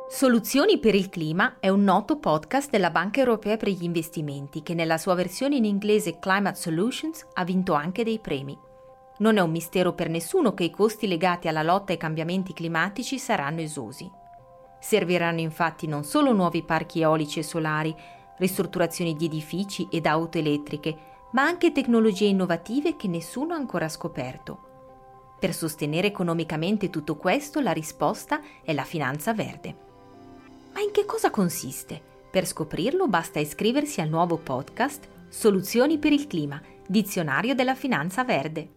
Soluzioni per il clima è un noto podcast della Banca Europea per gli Investimenti che nella sua versione in inglese Climate Solutions ha vinto anche dei premi. Non è un mistero per nessuno che i costi legati alla lotta ai cambiamenti climatici saranno esosi. Serviranno infatti non solo nuovi parchi eolici e solari, ristrutturazioni di edifici ed auto elettriche, ma anche tecnologie innovative che nessuno ha ancora scoperto. Per sostenere economicamente tutto questo, la risposta è la finanza verde. Ma in che cosa consiste? Per scoprirlo basta iscriversi al nuovo podcast Soluzioni per il clima, dizionario della finanza verde.